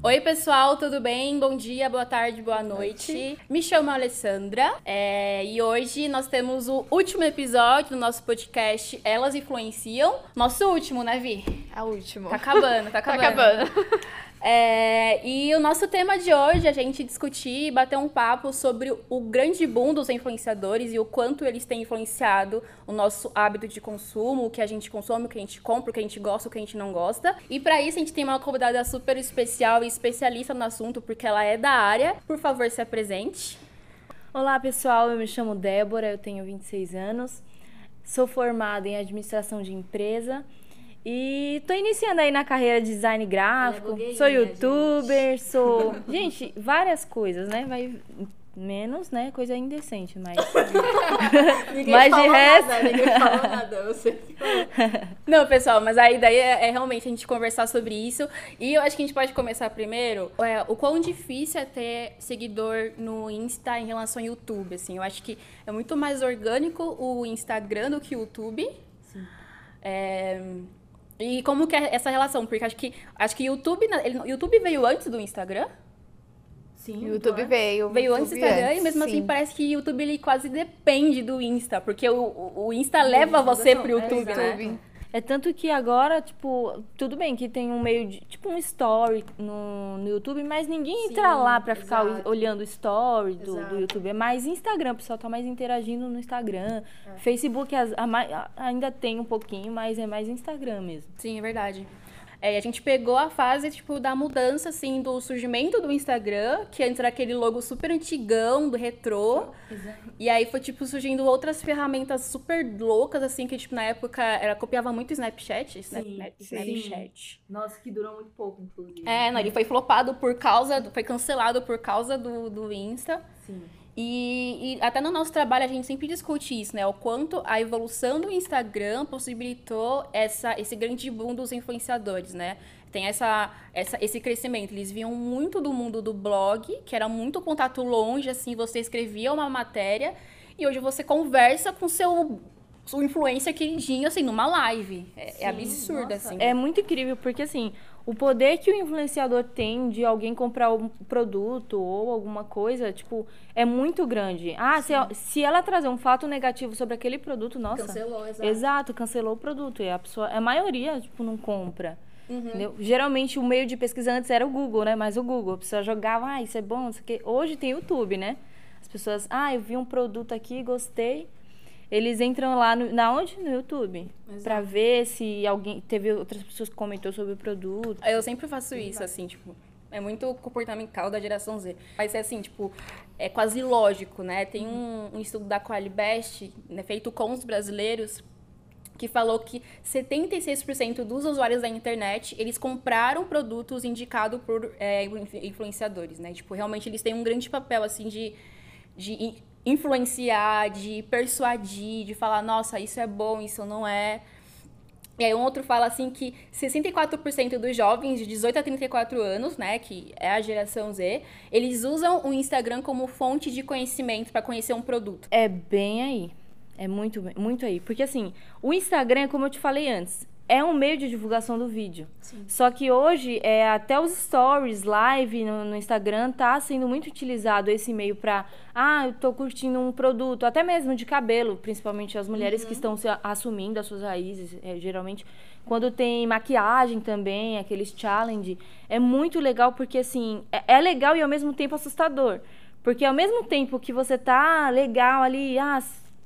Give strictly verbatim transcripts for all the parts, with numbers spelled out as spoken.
Oi, pessoal, tudo bem? Bom dia, boa tarde, boa noite. Me chamo Alessandra é, e hoje nós temos o último episódio do nosso podcast Elas Influenciam. Nosso último, né, Vi? É o último. Tá acabando, tá acabando. Tá acabando. É, e o nosso tema de hoje é a gente discutir e bater um papo sobre o grande boom dos influenciadores e o quanto eles têm influenciado o nosso hábito de consumo, o que a gente consome, o que a gente compra, o que a gente gosta, o que a gente não gosta. E para isso a gente tem uma convidada super especial e especialista no assunto, porque ela é da área. Por favor, se apresente. Olá, pessoal, eu me chamo Débora, eu tenho vinte e seis anos, sou formada em administração de empresa. E tô iniciando aí na carreira de design gráfico, é sou youtuber, gente. sou... Gente, várias coisas, né? Vai menos, né? Coisa indecente, mas... ninguém mas fala de resto... nada, ninguém fala nada, eu sei. Não, pessoal, mas a ideia é, é realmente a gente conversar sobre isso. E eu acho que a gente pode começar primeiro, é, o quão difícil é ter seguidor no Insta em relação ao YouTube, assim. Eu acho que é muito mais orgânico o Instagram do que o YouTube. Sim. É... E como que é essa relação? Porque acho que acho que YouTube, ele, YouTube veio antes do Instagram? Sim, o YouTube é? veio. Veio YouTube antes do Instagram antes, e mesmo sim. assim parece que o YouTube ele quase depende do Insta, porque o, o Insta leva você pro YouTube, é, né? É tanto que agora, tipo, tudo bem que tem um meio de, tipo um story no, no YouTube, mas ninguém entra Sim, lá pra ficar exato. olhando o story do, do YouTube. É mais Instagram, o pessoal tá mais interagindo no Instagram. É. Facebook as, a, a, ainda tem um pouquinho, mas é mais Instagram mesmo. Sim, é verdade. É, a gente pegou a fase, tipo, da mudança, assim, do surgimento do Instagram, que antes era aquele logo super antigão, do retrô. Exato. E aí foi, tipo, surgindo outras ferramentas super loucas, assim, que, tipo, na época, era, copiava muito Snapchat. Snap, sim, Snapchat. Sim. Nossa, que durou muito pouco, inclusive. É, não, ele foi flopado por causa, foi cancelado por causa do, do Insta. Sim. E, e até no nosso trabalho a gente sempre discute isso, né? O quanto a evolução do Instagram possibilitou essa, esse grande boom dos influenciadores, né? Tem essa, essa, esse crescimento. Eles vinham muito do mundo do blog, que era muito contato longe, assim, você escrevia uma matéria e hoje você conversa com seu... sua influência queridinho, assim, numa live. É, Sim, é absurdo, nossa. assim. É muito incrível, porque, assim, o poder que o influenciador tem de alguém comprar um produto ou alguma coisa, tipo, é muito grande. Ah, se, se ela trazer um fato negativo sobre aquele produto, nossa... Cancelou, exato. Exato, cancelou o produto. E a pessoa, a maioria, tipo, não compra. Uhum. Geralmente, o meio de pesquisa antes era o Google, né? Mas o Google, a pessoa jogava, ah, isso é bom, isso aqui. Hoje tem YouTube, né? As pessoas, ah, eu vi um produto aqui, gostei... Eles entram lá, no, na onde? No YouTube. Exato. Pra ver se alguém... Teve outras pessoas que comentou sobre o produto. Eu sempre faço isso, assim, tipo... É muito comportamental da geração Z. Mas é assim, tipo... É quase lógico, né? Tem um, um estudo da Qualibest, né, feito com os brasileiros, que falou que setenta e seis por cento dos usuários da internet, eles compraram produtos indicados por é, influenciadores, né? Tipo, realmente eles têm um grande papel, assim, de... de influenciar, de persuadir, de falar, nossa, isso é bom, isso não é. E aí um outro fala assim que sessenta e quatro por cento dos jovens de dezoito a trinta e quatro anos, né, que é a geração Z, eles usam o Instagram como fonte de conhecimento para conhecer um produto. É bem aí. É muito, muito aí. Porque assim, o Instagram, como eu te falei antes, é um meio de divulgação do vídeo. Sim. Só que hoje, é, até os stories, live no, no Instagram, tá sendo muito utilizado esse meio para... Ah, eu tô curtindo um produto, até mesmo de cabelo, principalmente as mulheres uhum. que estão se assumindo as suas raízes, é, geralmente. Quando tem maquiagem também, aqueles challenge, é muito legal porque, assim, é, é legal e ao mesmo tempo assustador. Porque ao mesmo tempo que você tá legal ali, ah...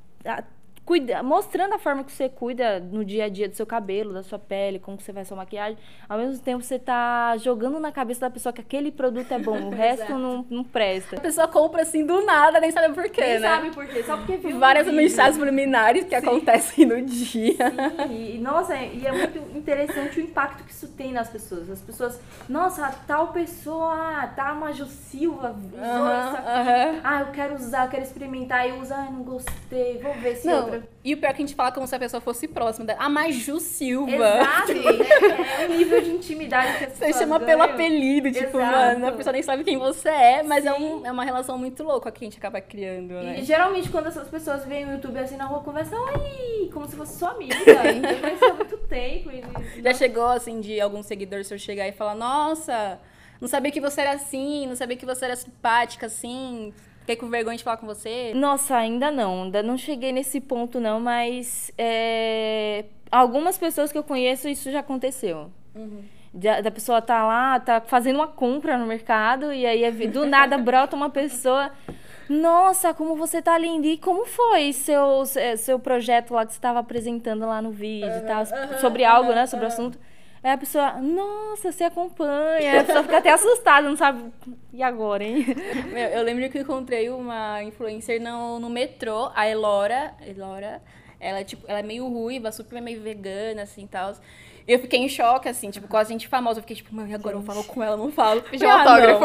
Cuida, mostrando a forma que você cuida no dia a dia do seu cabelo, da sua pele, como que você faz sua maquiagem. Ao mesmo tempo, você tá jogando na cabeça da pessoa que aquele produto é bom, o resto não, não presta. A pessoa compra assim do nada, nem sabe por quê, nem né? Nem sabe por quê, só porque viu várias mensagens preliminares que Sim. acontecem no dia. Sim, e nossa, e é muito interessante o impacto que isso tem nas pessoas. As pessoas, nossa, tal pessoa, tá, Maju Silva, usou uh-huh, isso aqui. Uh-huh. Ah, eu quero usar, eu quero experimentar. E usar, ai, não gostei, vou ver se não. outra... E o pior é que a gente fala como se a pessoa fosse próxima da... A Maju Silva. Exato. É, é o nível de intimidade que as pessoas Você chama ganham. Pelo apelido, tipo, Exato. Mano, a pessoa nem sabe quem você é, mas é, um, é uma relação muito louca que a gente acaba criando, né? E geralmente quando essas pessoas veem o YouTube assim na rua, conversam, oi, como se fosse sua amiga. Eu conheço há muito tempo. E, e Já chegou, assim, de algum seguidor seu chegar e falar, nossa... não sabia que você era assim, não sabia que você era simpática, assim... Fiquei com vergonha de falar com você? Nossa, ainda não. Ainda não cheguei nesse ponto, não, mas... É... Algumas pessoas que eu conheço, isso já aconteceu. Uhum. Da, da pessoa tá lá, tá fazendo uma compra no mercado, e aí do nada brota uma pessoa... Nossa, como você tá linda! E como foi seu, seu projeto lá que você estava apresentando lá no vídeo e uhum, tal? Uhum, sobre algo, uhum, né? Sobre o uhum. assunto. Aí a pessoa, nossa, você acompanha. Aí a pessoa fica até assustada, não sabe. E agora, hein? Meu, eu lembro que eu encontrei uma influencer no, no metrô, a Elora. Elora, ela, tipo, ela é meio ruiva, super meio vegana, assim, e tal. Eu fiquei em choque, assim, tipo, com a gente famosa. Eu fiquei tipo, mãe, agora eu falo com ela, não falo. Pediu um autógrafo.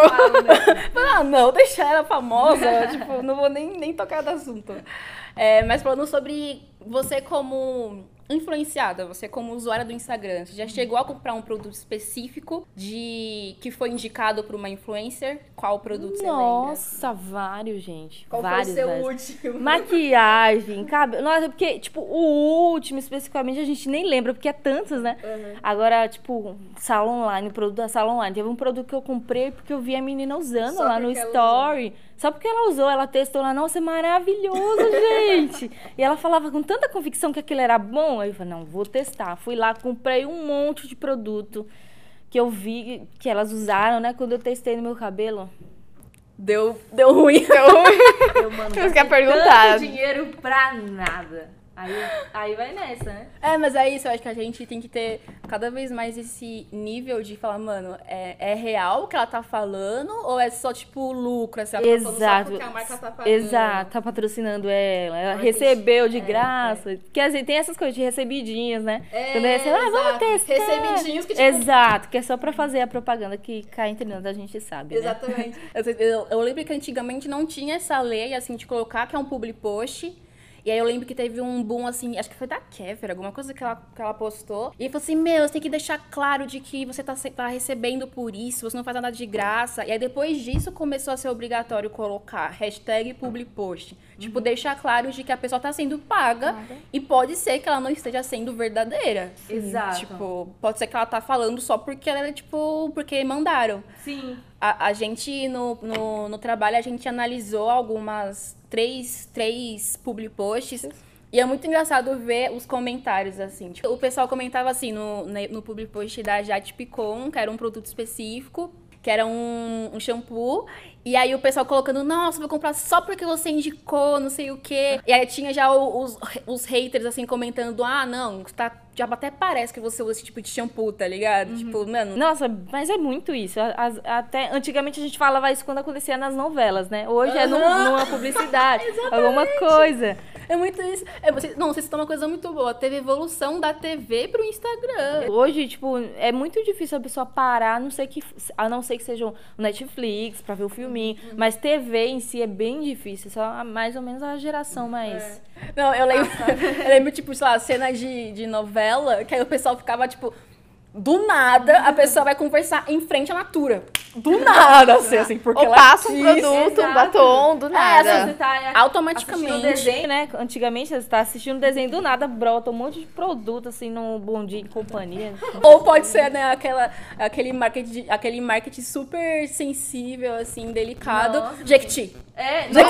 Ah, não, deixa ela famosa. Tipo, não vou nem, nem tocar do assunto. É, mas falando sobre você como influenciada, você como usuária do Instagram, você já chegou a comprar um produto específico de que foi indicado por uma influencer? Qual produto você lembra? Nossa, vários, gente. Qual vários, foi o seu vários. último? Maquiagem, cabelo. Nossa, porque, tipo, o último especificamente a gente nem lembra, porque é tantos, né? Uhum. Agora, tipo, sala online, o produto da sala online. Teve um produto que eu comprei porque eu vi a menina usando Só lá no story. Só porque ela usou, ela testou lá, nossa, é maravilhoso, gente. E ela falava com tanta convicção que aquilo era bom. Aí eu falei, não, vou testar. Fui lá, comprei um monte de produto que eu vi que elas usaram, né? Quando eu testei no meu cabelo. Deu, deu ruim. Deu ruim. Eu, mano, eu quero perguntar. Tanto dinheiro pra nada. Aí, aí vai nessa, né? É, mas é isso, eu acho que a gente tem que ter cada vez mais esse nível de falar, mano, é, é real o que ela tá falando ou é só, tipo, lucro? Assim, ela Exato. Tá falando só porque a marca tá pagando. Exato, tá patrocinando ela, ela recebeu de é, graça. É. Porque assim, tem essas coisas de recebidinhas, né? É, Quando recebe, ah, vamos testar. Recebidinhos que tipo... Exato, que é só pra fazer a propaganda que cá entre nós a gente sabe, Exatamente. Né? Eu, eu, eu lembro que antigamente não tinha essa lei, assim, de colocar que é um public post. E aí eu lembro que teve um boom, assim, acho que foi da Kéfera, alguma coisa que ela, que ela postou. E ele falou assim, meu, você tem que deixar claro de que você tá, tá recebendo por isso, você não faz nada de graça. E aí depois disso começou a ser obrigatório colocar hashtag public post. Uhum. Tipo, deixar claro de que a pessoa tá sendo paga Nada. E pode ser que ela não esteja sendo verdadeira. Sim. Exato. Tipo, pode ser que ela tá falando só porque ela é, tipo, porque mandaram. Sim. A, a gente, no, no, no trabalho, a gente analisou algumas, três, três public posts. E é muito engraçado ver os comentários, assim. Tipo, o pessoal comentava assim, no, no public post da Jade Picon, que era um produto específico, que era um, um shampoo. E aí o pessoal colocando, nossa, vou comprar só porque você indicou, não sei o quê. E aí tinha já os, os haters, assim, comentando, ah, não, tá, já até parece que você usa esse tipo de shampoo, tá ligado? Uhum. Tipo, mano... Nossa, mas é muito isso. As, até, antigamente a gente falava isso quando acontecia nas novelas, né? Hoje uhum. é num, numa publicidade, alguma coisa. É muito isso. É, você, não, vocês estão uma coisa muito boa. Teve evolução da T V pro Instagram. Hoje, tipo, é muito difícil a pessoa parar, a não ser que, a não ser que seja um Netflix pra ver o filminho. Uhum. Mas T V em si é bem difícil. Só mais ou menos a geração mais... É. Não, eu lembro, eu lembro, tipo, sei lá, cena de, de novela, que aí o pessoal ficava, tipo... Do nada, a pessoa vai conversar em frente à Natura. Do nada, assim, assim porque Ou ela passa quis. um produto, um batom, do nada. É, você tá automaticamente. assistindo desenho, né? Antigamente, você tá assistindo desenho, do nada brota um monte de produto, assim, num Bom Dia e Companhia. Ou pode ser, né, aquela, aquele, marketing, aquele marketing super sensível, assim, delicado. Nossa, Jequiti. É, do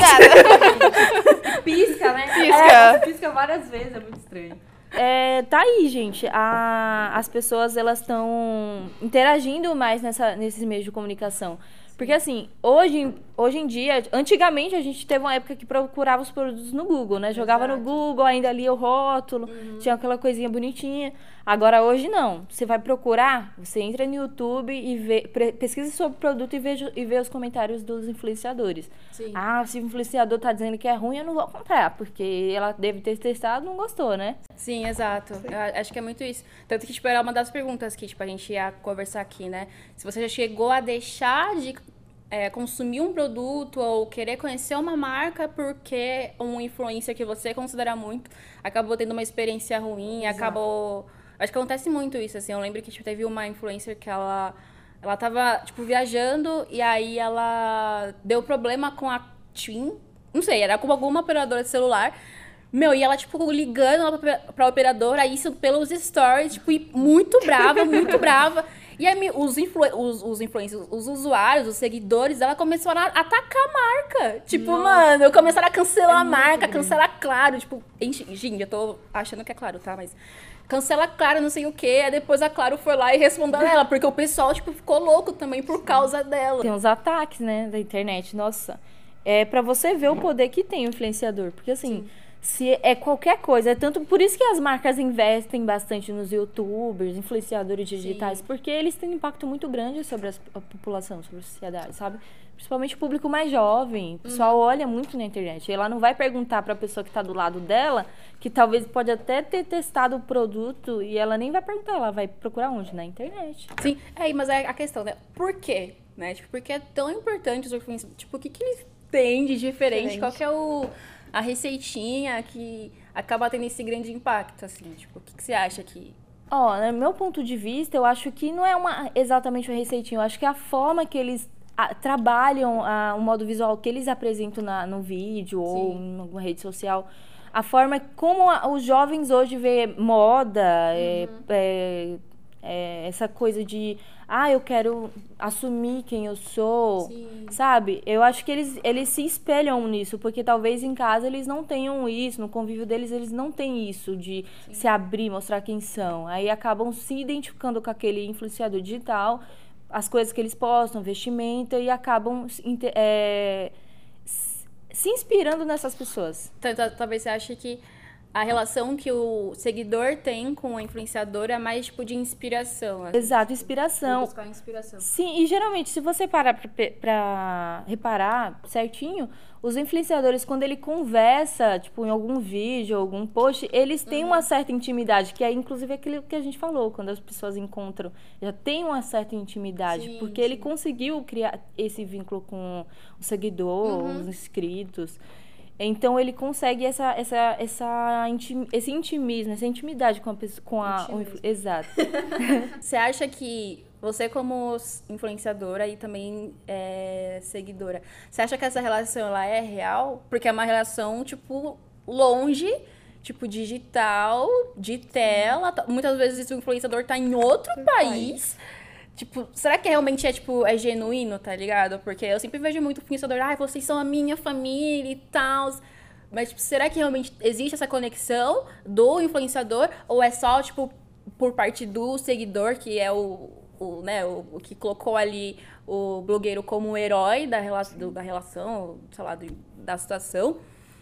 nada. Pisca, né? Pisca. É, pisca várias vezes, é muito estranho. É, tá aí, gente. A, as pessoas, elas estão interagindo mais nessa, nesses meios de comunicação. Porque, assim, hoje, hoje em dia... Antigamente, a gente teve uma época que procurava os produtos no Google, né? Jogava Exato. No Google, ainda lia o rótulo, uhum. tinha aquela coisinha bonitinha. Agora, hoje, não. Você vai procurar, você entra no YouTube e vê, pesquisa sobre o produto e vê, e vê os comentários dos influenciadores. Sim. Ah, se o influenciador tá dizendo que é ruim, eu não vou comprar, porque ela deve ter testado e não gostou, né? Sim, exato. Sim. Eu acho que é muito isso. Tanto que, tipo, era uma das perguntas que, tipo, a gente ia conversar aqui, né? Se você já chegou a deixar de é, consumir um produto ou querer conhecer uma marca porque um influencer que você considera muito acabou tendo uma experiência ruim, exato. Acabou... Acho que acontece muito isso, assim. Eu lembro que tipo, teve uma influencer que ela... Ela tava, tipo, viajando e aí ela deu problema com a TIM. Não sei, era com alguma operadora de celular. Meu, e ela, tipo, ligando pra, pra operadora, isso pelos stories, tipo, muito brava, muito brava. E aí os, influ os, os influencers, os usuários, os seguidores, ela começaram a atacar a marca. Tipo, Nossa. mano, começaram a cancelar é a marca, cancelar Claro. Tipo, gente, eu tô achando que é Claro, tá? Mas cancela Claro, não sei o quê. Aí depois a Claro foi lá e respondeu ela, porque o pessoal, tipo, ficou louco também por causa dela. Tem uns ataques, né, da internet, nossa. É pra você ver o poder que tem o influenciador. Porque, assim... Sim. Se é qualquer coisa, é tanto por isso que as marcas investem bastante nos youtubers, influenciadores digitais, Sim. porque eles têm um impacto muito grande sobre a população, sobre a sociedade, sabe? Principalmente o público mais jovem. O pessoal uhum. olha muito na internet. Ela não vai perguntar para a pessoa que está do lado dela, que talvez pode até ter testado o produto, e ela nem vai perguntar, ela vai procurar onde? Na internet. Sim, é, mas é a questão, né? Por quê? Né? Tipo, porque é tão importante os influenciadores. Tipo, o que, que eles têm de diferente? diferente. Qual que é o... a receitinha que acaba tendo esse grande impacto, assim, tipo, o que, que você acha que... Ó, oh, no meu ponto de vista, eu acho que não é uma, exatamente uma receitinha, eu acho que é a forma que eles a, trabalham, a, o modo visual que eles apresentam na, no vídeo Sim. ou em alguma rede social, a forma como a, os jovens hoje vê moda, uhum. é, é, é, essa coisa de... ah, eu quero assumir quem eu sou, Sim. sabe? Eu acho que eles, eles se espelham nisso, porque talvez em casa eles não tenham isso, no convívio deles eles não têm isso de Sim. se abrir, mostrar quem são. Aí acabam se identificando com aquele influenciador digital, as coisas que eles postam, vestimenta, e acabam é, se inspirando nessas pessoas. Então, talvez você ache que a relação que o seguidor tem com o influenciador é mais, tipo, de inspiração. Assim, Exato, tipo, inspiração. Buscar inspiração. Sim, e geralmente, se você parar pra, pra reparar certinho, os influenciadores, quando ele conversa, tipo, em algum vídeo, algum post, eles têm uhum. uma certa intimidade, que é, inclusive, aquilo que a gente falou, quando as pessoas encontram, já tem uma certa intimidade, sim, porque sim. ele conseguiu criar esse vínculo com o seguidor, uhum. os inscritos. Então, ele consegue essa, essa, essa intim, esse intimismo, essa intimidade com a pessoa. Com a, o, exato. Você acha que você, como influenciadora e também é, seguidora, você acha que essa relação ela é real? Porque é uma relação, tipo, longe, tipo, digital, de tela. Muitas vezes o influenciador tá em outro país. país. Tipo, será que realmente é, tipo, é genuíno, tá ligado? Porque eu sempre vejo muito influenciador, ai, ah, vocês são a minha família e tal. Mas, tipo, será que realmente existe essa conexão do influenciador? Ou é só, tipo, por parte do seguidor, que é o, o né, o, o que colocou ali o blogueiro como o herói da, rela do, da relação, sei lá, do, da situação.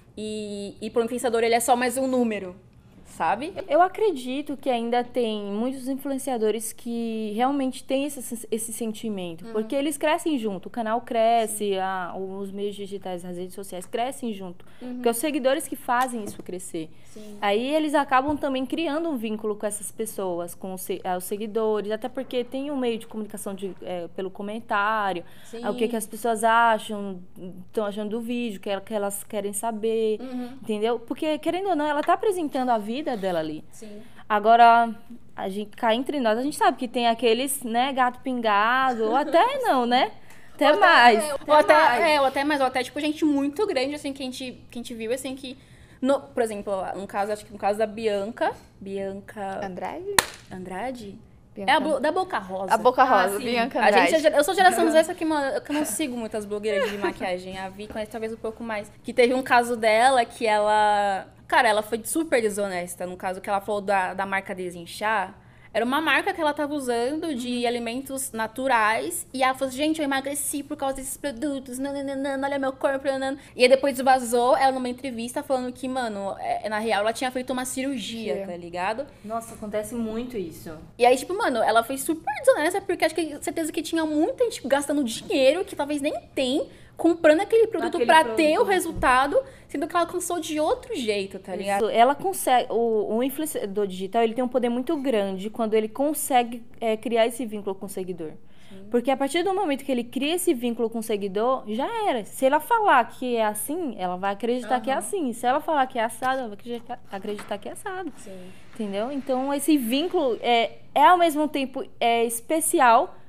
E, e pro influenciador ele é só mais um número. Sabe? Eu acredito que ainda tem muitos influenciadores que realmente têm esse, esse sentimento. Uhum. Porque eles crescem junto. O canal cresce, a, os meios digitais, as redes sociais crescem junto. Uhum. Porque é os seguidores que fazem isso crescer. Sim. Aí eles acabam também criando um vínculo com essas pessoas, com os, os seguidores. Até porque tem um meio de comunicação de, é, pelo comentário. Sim. O que, que as pessoas acham, estão achando do vídeo, o que, que elas querem saber. Uhum. Entendeu? Porque, querendo ou não, ela está apresentando a vida dela ali. Sim. Agora, a gente cai entre nós, a gente sabe que tem aqueles, né, gato pingado, ou até não, né? Até ou mais. Até, até ou, até, mais. É, ou até mais, ou até, tipo, gente muito grande, assim, que a gente, que a gente viu, assim, que... No, por exemplo, um caso, acho que um caso da Bianca. Bianca... Andrade? Andrade? Bianca. É a da Boca Rosa. A Boca Rosa, ah, Bianca Andrade. A gente, eu sou geração Z, que, mano, eu não sigo muitas blogueiras de maquiagem. A Vi conhece talvez um pouco mais. Que teve um caso dela que ela... Cara, ela foi super desonesta, no caso que ela falou da, da marca Desinchar. Era uma marca que ela tava usando de alimentos naturais. E ela falou assim, gente, eu emagreci por causa desses produtos. Nananana, olha meu corpo. Nanana. E aí depois vazou ela numa entrevista falando que, mano, é, na real ela tinha feito uma cirurgia, é. tá ligado? Nossa, acontece muito isso. E aí, tipo, mano, ela foi super desonesta porque acho que certeza que tinha muita gente gastando dinheiro que talvez nem tem, comprando aquele produto aquele pra produto. ter o resultado, sendo que ela alcançou de outro jeito, tá ligado? Isso, ela consegue, o, o influenciador digital, ele tem um poder muito grande quando ele consegue é, criar esse vínculo com o seguidor. Sim. Porque a partir do momento que ele cria esse vínculo com o seguidor, já era. Se ela falar que é assim, ela vai acreditar uhum. que é assim. Se ela falar que é assado, ela vai acreditar, acreditar que é assado. Sim. Entendeu? Então, esse vínculo é, é ao mesmo tempo é especial,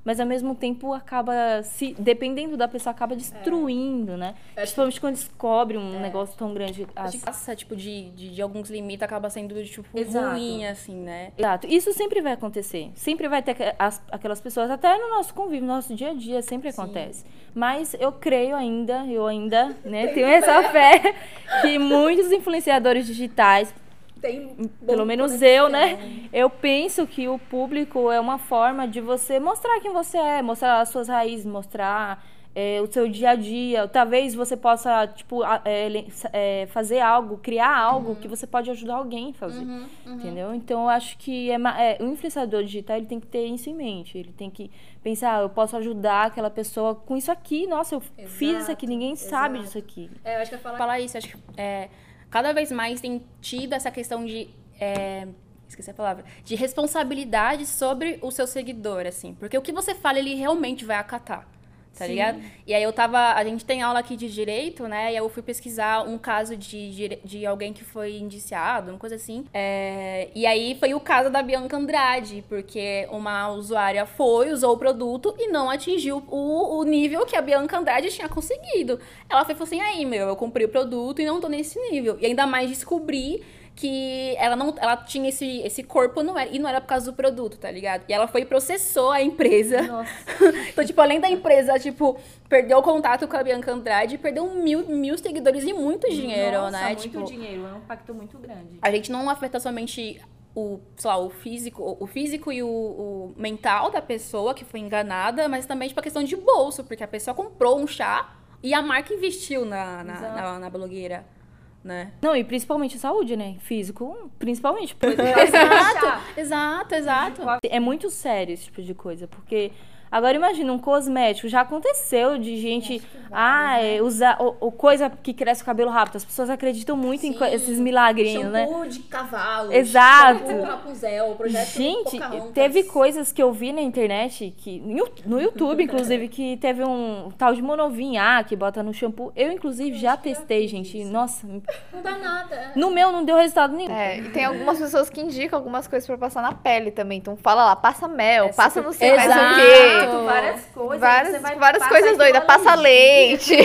mas ao mesmo tempo acaba, se dependendo da pessoa, acaba destruindo, é. né? É. Principalmente quando descobre um é. negócio tão grande. As... Passa, tipo, de, de, de alguns limites, acaba sendo, tipo, Exato. ruim, assim, né? Exato. Isso sempre vai acontecer. Sempre vai ter as, aquelas pessoas, até no nosso convívio, no nosso dia a dia, sempre Sim. acontece. Mas eu creio ainda, eu ainda, né, tenho essa fé que muitos influenciadores digitais, Tem pelo menos conexão. eu, né? Eu penso que o público é uma forma de você mostrar quem você é, mostrar as suas raízes, mostrar é, o seu dia a dia. Talvez você possa, tipo, é, é, fazer algo, criar algo uhum. que você pode ajudar alguém a fazer, uhum, uhum. entendeu? Então, eu acho que é, é, o influenciador digital, ele tem que ter isso em mente. Ele tem que pensar, ah, eu posso ajudar aquela pessoa com isso aqui. Nossa, eu exato, fiz isso aqui, ninguém exato. sabe disso aqui. É, eu acho que eu falar, falar isso, acho que é, cada vez mais tem tido essa questão de... É, esqueci a palavra, de responsabilidade sobre o seu seguidor, assim. Porque o que você fala, ele realmente vai acatar, tá Sim. ligado? E aí eu tava... A gente tem aula aqui de direito, né? E aí eu fui pesquisar um caso de, de alguém que foi indiciado, uma coisa assim. É, e aí foi o caso da Bianca Andrade, porque uma usuária foi, usou o produto e não atingiu o, o nível que a Bianca Andrade tinha conseguido. Ela foi, falou assim, aí, meu, eu comprei o produto e não tô nesse nível. E ainda mais descobri que ela não, ela tinha esse, esse corpo não era, e não era por causa do produto, tá ligado? E ela foi e processou a empresa. Nossa. Então, tipo, além da empresa, tipo, perdeu o contato com a Bianca Andrade, perdeu mil, mil seguidores e muito dinheiro, Nossa, né? muito tipo, dinheiro, é um impacto muito grande. A gente não afeta somente o, sei lá, o físico, o físico e o, o mental da pessoa que foi enganada, mas também, tipo, a questão de bolso, porque a pessoa comprou um chá e a marca investiu na, na, na, na blogueira. Né? Não, e principalmente saúde, né? Físico, principalmente. Exato, exato, exato. É muito sério esse tipo de coisa, porque... Agora imagina, um cosmético, já aconteceu de gente ah, né? usar ou, ou coisa que cresce o cabelo rápido. As pessoas acreditam muito Sim. em esses milagrinhos, né? Shampoo de cavalo. Exato. Shampoo Rapunzel, o projeto Gente, teve coisas que eu vi na internet, que no YouTube, inclusive, que teve um tal de Monovin A, que bota no shampoo. Eu, inclusive, já testei, gente. Isso. Nossa. Não dá nada. No meu não deu resultado nenhum. É, e tem algumas pessoas que indicam algumas coisas pra passar na pele também. Então fala lá, passa mel, é passa não sei mais o quê. Várias coisas. Várias, várias coisas doidas. Passa leite.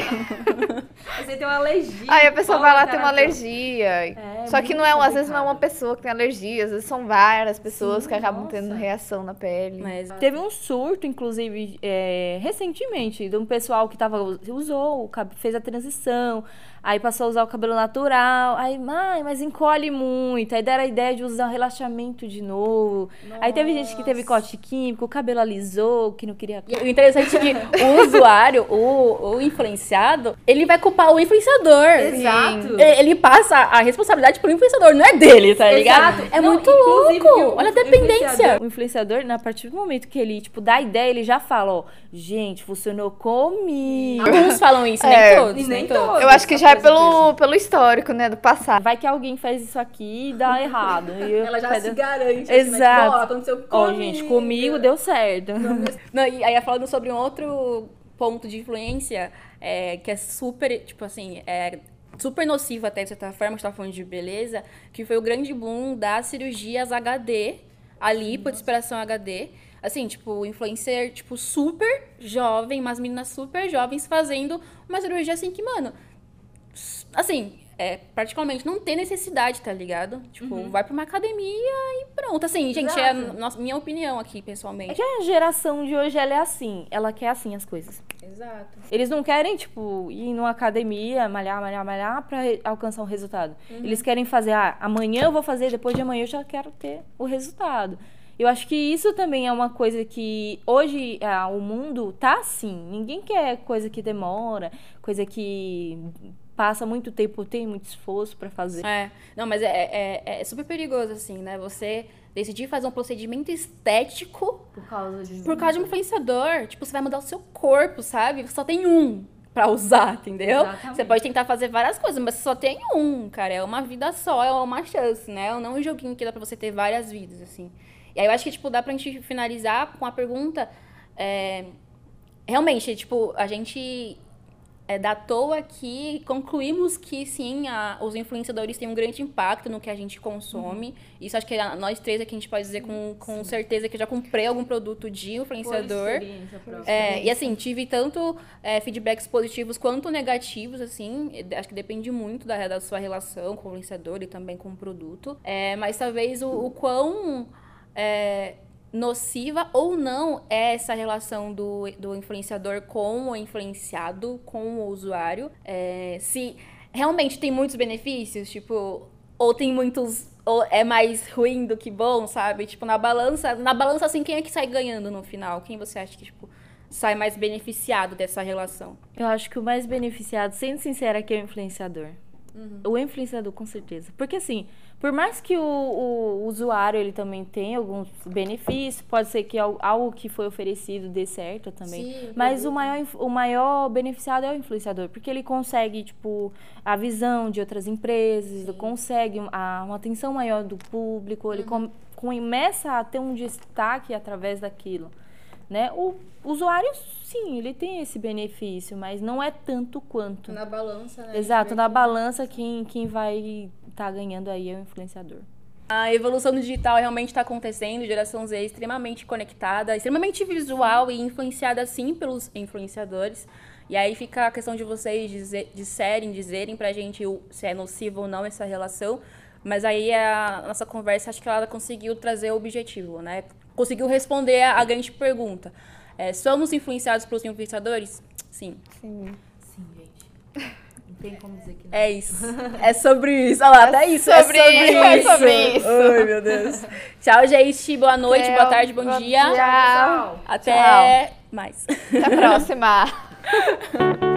Você tem uma alergia. Aí a pessoa vai lá ter uma alergia. É, Só que não é, às vezes não é uma pessoa que tem alergia. Às vezes são várias pessoas Sim, que acabam nossa. tendo reação na pele. Mas teve um surto, inclusive, é, recentemente, de um pessoal que tava, usou, fez a transição. Aí passou a usar o cabelo natural. Aí, mãe, mas encolhe muito. Aí deram a ideia de usar relaxamento de novo. Nossa. Aí teve gente que teve corte químico, o cabelo alisou, que não queria... E o interessante é que o usuário, o, o influenciado, ele vai culpar o influenciador. Exato. Ele passa a responsabilidade pro influenciador, não é dele, tá ligado? Exato. É não, muito louco. Olha a dependência. Influenciador, o influenciador, na partir do momento que ele, tipo, dá a ideia, ele já fala, ó, gente, funcionou comigo. Alguns falam isso, nem é, todos. Nem todos. Eu acho que já é pelo, pelo histórico, né, do passado. Vai que alguém faz isso aqui e dá errado. E ela já se garante. Exato. Assim, né? Tipo, aconteceu comigo. Ó, gente, comigo deu certo. Não, e aí, falando sobre um outro ponto de influência, é, que é super, tipo assim, é super nocivo até, de certa forma, que você tá falando de beleza, que foi o grande boom das cirurgias H D, a lipoaspiração H D. Assim, tipo, influencer, tipo, super jovem, umas meninas super jovens fazendo uma cirurgia assim que, mano... Assim, é, praticamente não tem necessidade, tá ligado? Tipo, uhum. vai pra uma academia e pronto. Assim, gente, Exato. é a nossa, minha opinião aqui, pessoalmente. É que a geração de hoje, ela é assim. Ela quer assim as coisas. Exato. Eles não querem, tipo, ir numa academia, malhar, malhar, malhar, pra re- alcançar um resultado. Uhum. Eles querem fazer, ah, amanhã eu vou fazer, depois de amanhã eu já quero ter o resultado. Eu acho que isso também é uma coisa que hoje ah, o mundo tá assim. Ninguém quer coisa que demora, coisa que passa muito tempo, tem muito esforço pra fazer. É, não, mas é, é, é super perigoso, assim, né? Você decidir fazer um procedimento estético por causa de, por causa de um influenciador. Tipo, você vai mudar o seu corpo, sabe? Você só tem um pra usar, entendeu? Exatamente. Você pode tentar fazer várias coisas, mas você só tem um, cara. É uma vida só, é uma chance, né? Não um joguinho que dá pra você ter várias vidas, assim. E aí eu acho que, tipo, dá pra gente finalizar com a pergunta... É, realmente, tipo, a gente... é da toa que concluímos que, sim, a, os influenciadores têm um grande impacto no que a gente consome. Uhum. Isso acho que a, nós três aqui a gente pode dizer com, com certeza que eu já comprei algum produto de influenciador. Por experiência, por experiência. É, e assim, tive tanto é, feedbacks positivos quanto negativos, assim. Acho que depende muito da, da sua relação com o influenciador e também com o produto. É, mas talvez o, o quão... É, nociva ou não é essa relação do, do influenciador com o influenciado, com o usuário. É, se realmente tem muitos benefícios, tipo, ou tem muitos, ou é mais ruim do que bom, sabe? Tipo, na balança, na balança assim, quem é que sai ganhando no final? Quem você acha que, tipo, sai mais beneficiado dessa relação? Eu acho que o mais beneficiado, sendo sincera, é que é o influenciador. Uhum. O influenciador, com certeza. Porque, assim, por mais que o, o usuário ele também tenha alguns benefícios, pode ser que algo que foi oferecido dê certo também. Sim, mas o maior, o maior beneficiado é o influenciador, porque ele consegue, tipo, a visão de outras empresas, Sim. ele consegue a, uma atenção maior do público, ele uhum. com, começa a ter um destaque através daquilo. Né? O usuário, sim, ele tem esse benefício, mas não é tanto quanto. Na balança, né? Exato, na balança, quem, quem vai estar tá ganhando aí é o influenciador. A evolução do digital realmente está acontecendo, geração Z é extremamente conectada, extremamente visual e influenciada, sim, pelos influenciadores. E aí fica a questão de vocês dizer, disserem, dizerem pra gente se é nocivo ou não essa relação. Mas aí a nossa conversa, acho que ela conseguiu trazer o objetivo, né? Conseguiu responder a, a grande pergunta. É, somos influenciados pelos influenciadores? Sim. Sim. Sim, gente. Não tem como dizer que não. É isso. É sobre isso. Olha lá, até isso. Sobre é sobre isso. isso. É sobre isso. Ai, meu Deus. Tchau, gente. Boa noite, Tchau. boa tarde, bom, bom dia. Tchau. Até Tchau. mais. Até a próxima.